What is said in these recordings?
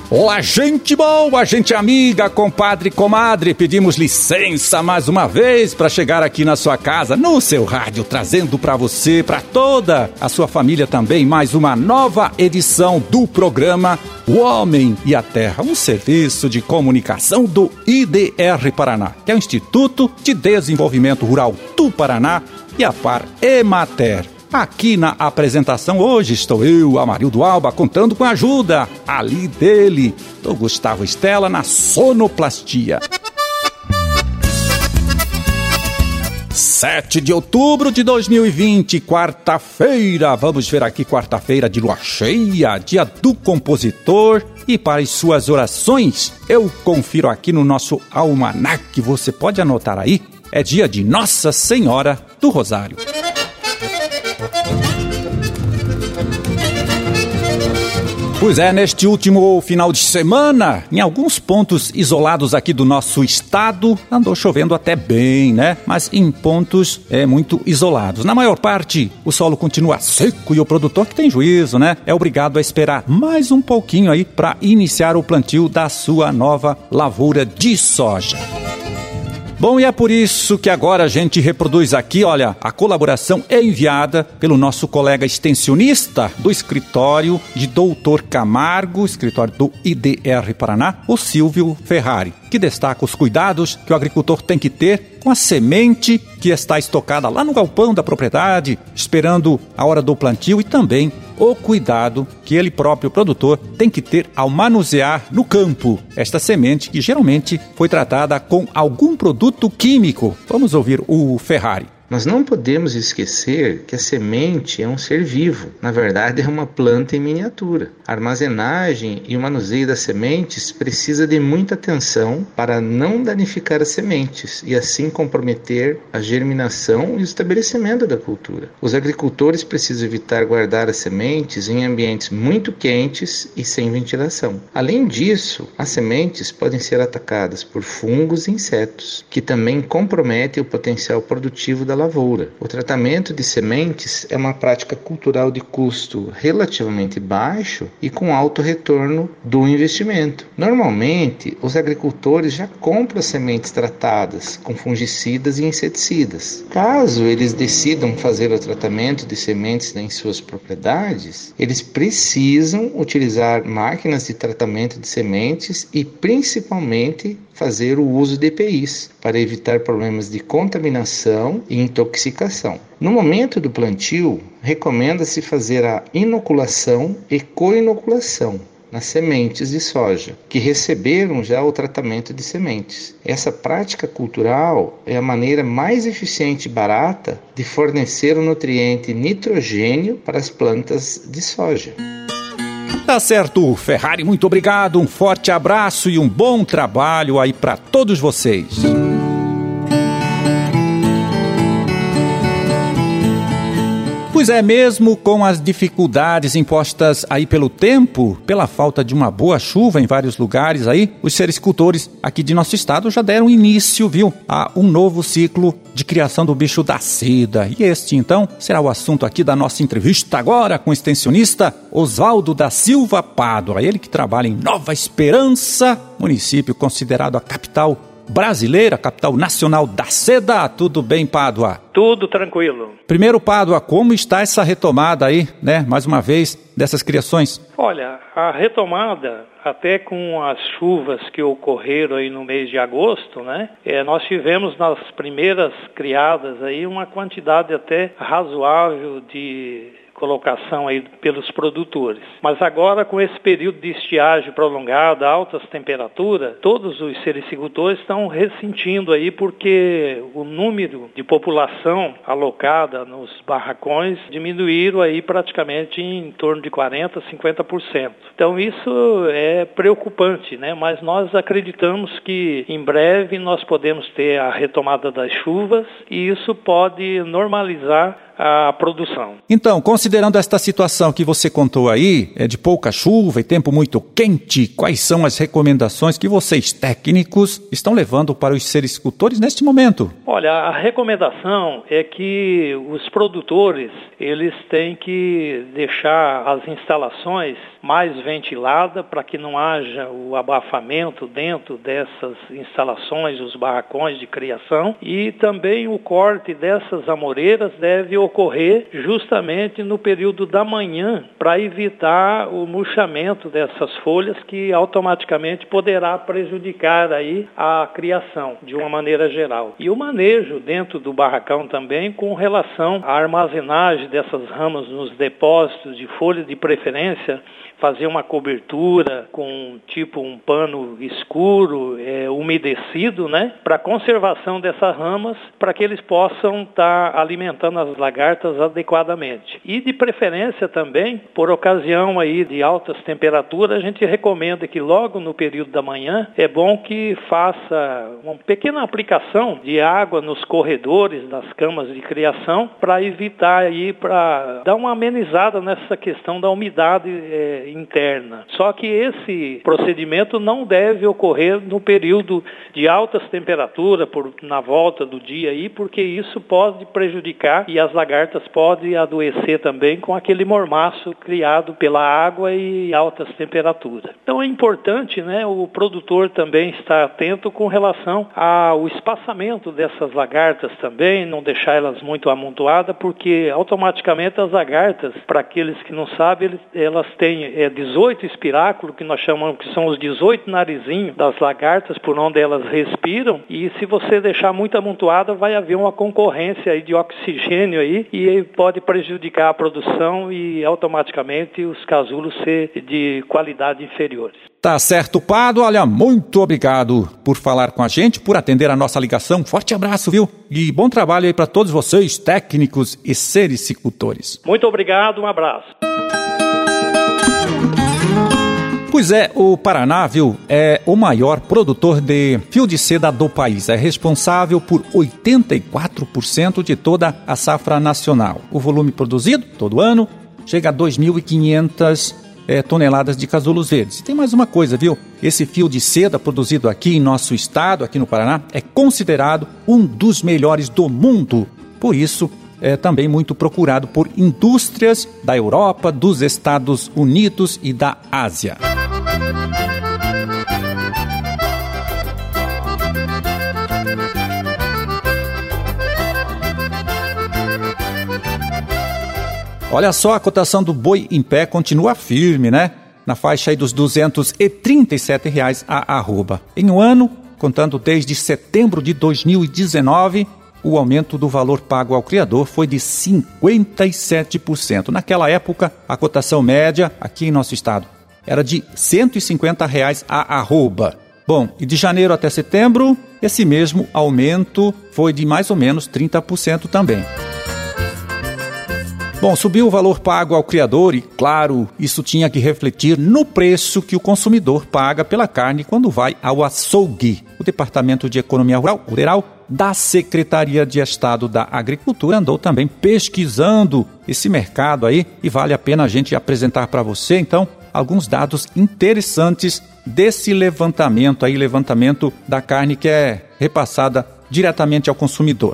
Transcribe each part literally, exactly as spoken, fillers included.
Olá, gente boa, gente amiga, compadre e comadre, pedimos licença mais uma vez para chegar aqui na sua casa, no seu rádio, trazendo para você, para toda a sua família também, mais uma nova edição do programa O Homem e a Terra, um serviço de comunicação do I D R Paraná, que é o Instituto de Desenvolvimento Rural do Paraná e a Par Emater. Aqui na apresentação hoje estou eu, Amarildo Alba, contando com a ajuda ali dele, do Gustavo Estela, na sonoplastia. sete de outubro de dois mil e vinte, quarta-feira, vamos ver aqui, quarta-feira de lua cheia, dia do compositor, e para as suas orações, eu confiro aqui no nosso almanaque, você pode anotar aí, é dia de Nossa Senhora do Rosário. Pois é, neste último final de semana, em alguns pontos isolados aqui do nosso estado, andou chovendo até bem, né? Mas em pontos é, muito isolados. Na maior parte, o solo continua seco e o produtor, que tem juízo, né? É obrigado a esperar mais um pouquinho aí para iniciar o plantio da sua nova lavoura de soja. Bom, e é por isso que agora a gente reproduz aqui, olha, a colaboração é enviada pelo nosso colega extensionista do escritório de doutor Camargo, escritório do I D R Paraná, o Silvio Ferrari, que destaca os cuidados que o agricultor tem que ter com a semente que está estocada lá no galpão da propriedade, esperando a hora do plantio, e também o cuidado que ele próprio, produtor, tem que ter ao manusear no campo esta semente que geralmente foi tratada com algum produto químico. Vamos ouvir o Ferrari. Nós não podemos esquecer que a semente é um ser vivo, na verdade é uma planta em miniatura. A armazenagem e o manuseio das sementes precisa de muita atenção para não danificar as sementes e assim comprometer a germinação e o estabelecimento da cultura. Os agricultores precisam evitar guardar as sementes em ambientes muito quentes e sem ventilação. Além disso, as sementes podem ser atacadas por fungos e insetos, que também comprometem o potencial produtivo da lavoura. O tratamento de sementes é uma prática cultural de custo relativamente baixo e com alto retorno do investimento. Normalmente, os agricultores já compram sementes tratadas com fungicidas e inseticidas. Caso eles decidam fazer o tratamento de sementes em suas propriedades, eles precisam utilizar máquinas de tratamento de sementes e principalmente fazer o uso de E P Is para evitar problemas de contaminação e intoxicação. No momento do plantio, recomenda-se fazer a inoculação e co-inoculação nas sementes de soja, que receberam já o tratamento de sementes. Essa prática cultural é a maneira mais eficiente e barata de fornecer o nutriente nitrogênio para as plantas de soja. Tá certo, Ferrari, muito obrigado, um forte abraço e um bom trabalho aí para todos vocês. Pois é, mesmo com as dificuldades impostas aí pelo tempo, pela falta de uma boa chuva em vários lugares aí, os sericultores aqui de nosso estado já deram início, viu, a um novo ciclo de criação do bicho da seda. E este, então, será o assunto aqui da nossa entrevista agora com o extensionista Oswaldo da Silva Pádua, ele que trabalha em Nova Esperança, município considerado a capital brasileira, capital nacional da seda. Tudo bem, Pádua? Tudo tranquilo. Primeiro, Pádua, como está essa retomada aí, né, mais uma vez, dessas criações? Olha, a retomada, até com as chuvas que ocorreram aí no mês de agosto, né, é, nós tivemos nas primeiras criadas aí uma quantidade até razoável de colocação aí pelos produtores. Mas agora, com esse período de estiagem prolongada, altas temperaturas, todos os sericultores estão ressentindo aí porque o número de população alocada nos barracões diminuíram aí praticamente em torno de quarenta, cinquenta por cento. Então isso é preocupante, né? Mas nós acreditamos que em breve nós podemos ter a retomada das chuvas e isso pode normalizar a produção. Então, considerando esta situação que você contou aí, é de pouca chuva e tempo muito quente, quais são as recomendações que vocês técnicos estão levando para os sericultores neste momento? Olha, a recomendação é que os produtores, eles têm que deixar as instalações mais ventiladas para que não haja o abafamento dentro dessas instalações, os barracões de criação, e também o corte dessas amoreiras deve ocorrer justamente no período da manhã para evitar o murchamento dessas folhas que automaticamente poderá prejudicar aí a criação de uma maneira geral. E o manejo dentro do barracão também com relação à armazenagem dessas ramas nos depósitos de folha, de preferência fazer uma cobertura com tipo um pano escuro, é, umedecido, né, para conservação dessas ramas, para que eles possam estar tá alimentando as lagartas adequadamente. E de preferência também, por ocasião aí de altas temperaturas, a gente recomenda que logo no período da manhã é bom que faça uma pequena aplicação de água nos corredores das camas de criação para evitar aí, para dar uma amenizada nessa questão da umidade é, interna. Só que esse procedimento não deve ocorrer no período de altas temperaturas, por, na volta do dia aí, porque isso pode prejudicar e as lagartas podem adoecer também com aquele mormaço criado pela água e altas temperaturas. Então é importante, né, o produtor também estar atento com relação ao espaçamento dessas lagartas também, não deixar elas muito amontoadas, porque automaticamente as lagartas, para aqueles que não sabem, elas têm é, dezoito espiráculos, que nós chamamos que são os dezoito narizinhos das lagartas por onde elas respiram, e se você deixar muito amontoada, vai haver uma concorrência aí de oxigênio aí, e pode prejudicar a produção e automaticamente os casulos ser de qualidade inferiores. Tá certo, Pado. Olha, muito obrigado por falar com a gente, por atender a nossa ligação. Forte abraço, viu? E bom trabalho aí para todos vocês, técnicos e sericicultores. Muito obrigado, um abraço. Pois é, o Paraná, viu, é o maior produtor de fio de seda do país. É responsável por oitenta e quatro por cento de toda a safra nacional. O volume produzido todo ano chega a dois mil e quinhentas é, toneladas de casulos verdes. E tem mais uma coisa, viu? Esse fio de seda produzido aqui em nosso estado, aqui no Paraná, é considerado um dos melhores do mundo. Por isso, é também muito procurado por indústrias da Europa, dos Estados Unidos e da Ásia. Olha só, a cotação do boi em pé continua firme, né? Na faixa aí dos duzentos e trinta e sete reais a arroba. Em um ano, contando desde setembro de dois mil e dezenove, o aumento do valor pago ao criador foi de cinquenta e sete por cento. Naquela época, a cotação média aqui em nosso estado era de cento e cinquenta reais a arroba. Bom, e de janeiro até setembro, esse mesmo aumento foi de mais ou menos trinta por cento também. Bom, subiu o valor pago ao criador e, claro, isso tinha que refletir no preço que o consumidor paga pela carne quando vai ao açougue. O Departamento de Economia Rural, o DERAL, da Secretaria de Estado da Agricultura andou também pesquisando esse mercado aí e vale a pena a gente apresentar para você, então, alguns dados interessantes desse levantamento aí, levantamento da carne que é repassada diretamente ao consumidor.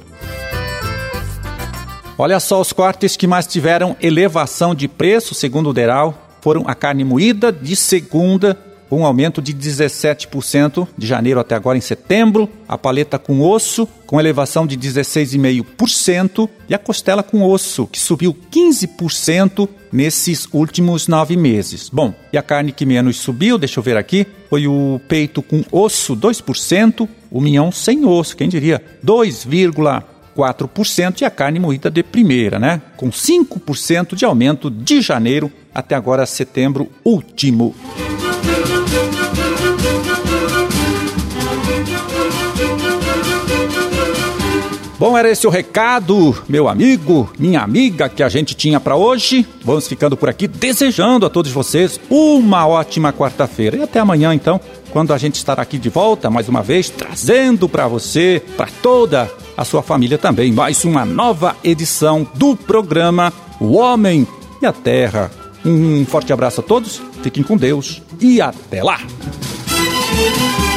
Olha só, os cortes que mais tiveram elevação de preço, segundo o DERAL, foram a carne moída de segunda, um aumento de dezessete por cento de janeiro até agora em setembro, a paleta com osso, com elevação de dezesseis vírgula cinco por cento, e a costela com osso, que subiu quinze por cento nesses últimos nove meses. Bom, e a carne que menos subiu, deixa eu ver aqui, foi o peito com osso, dois por cento, o mignon sem osso, quem diria, dois vírgula quatro por cento, e a carne moída de primeira, né? Com cinco por cento de aumento de janeiro até agora setembro último. Bom, era esse o recado, meu amigo, minha amiga, que a gente tinha para hoje. Vamos ficando por aqui, desejando a todos vocês uma ótima quarta-feira. E até amanhã, então, quando a gente estará aqui de volta, mais uma vez, trazendo para você, para toda a sua família também. Mais uma nova edição do programa O Homem e a Terra. Um forte abraço a todos, fiquem com Deus e até lá!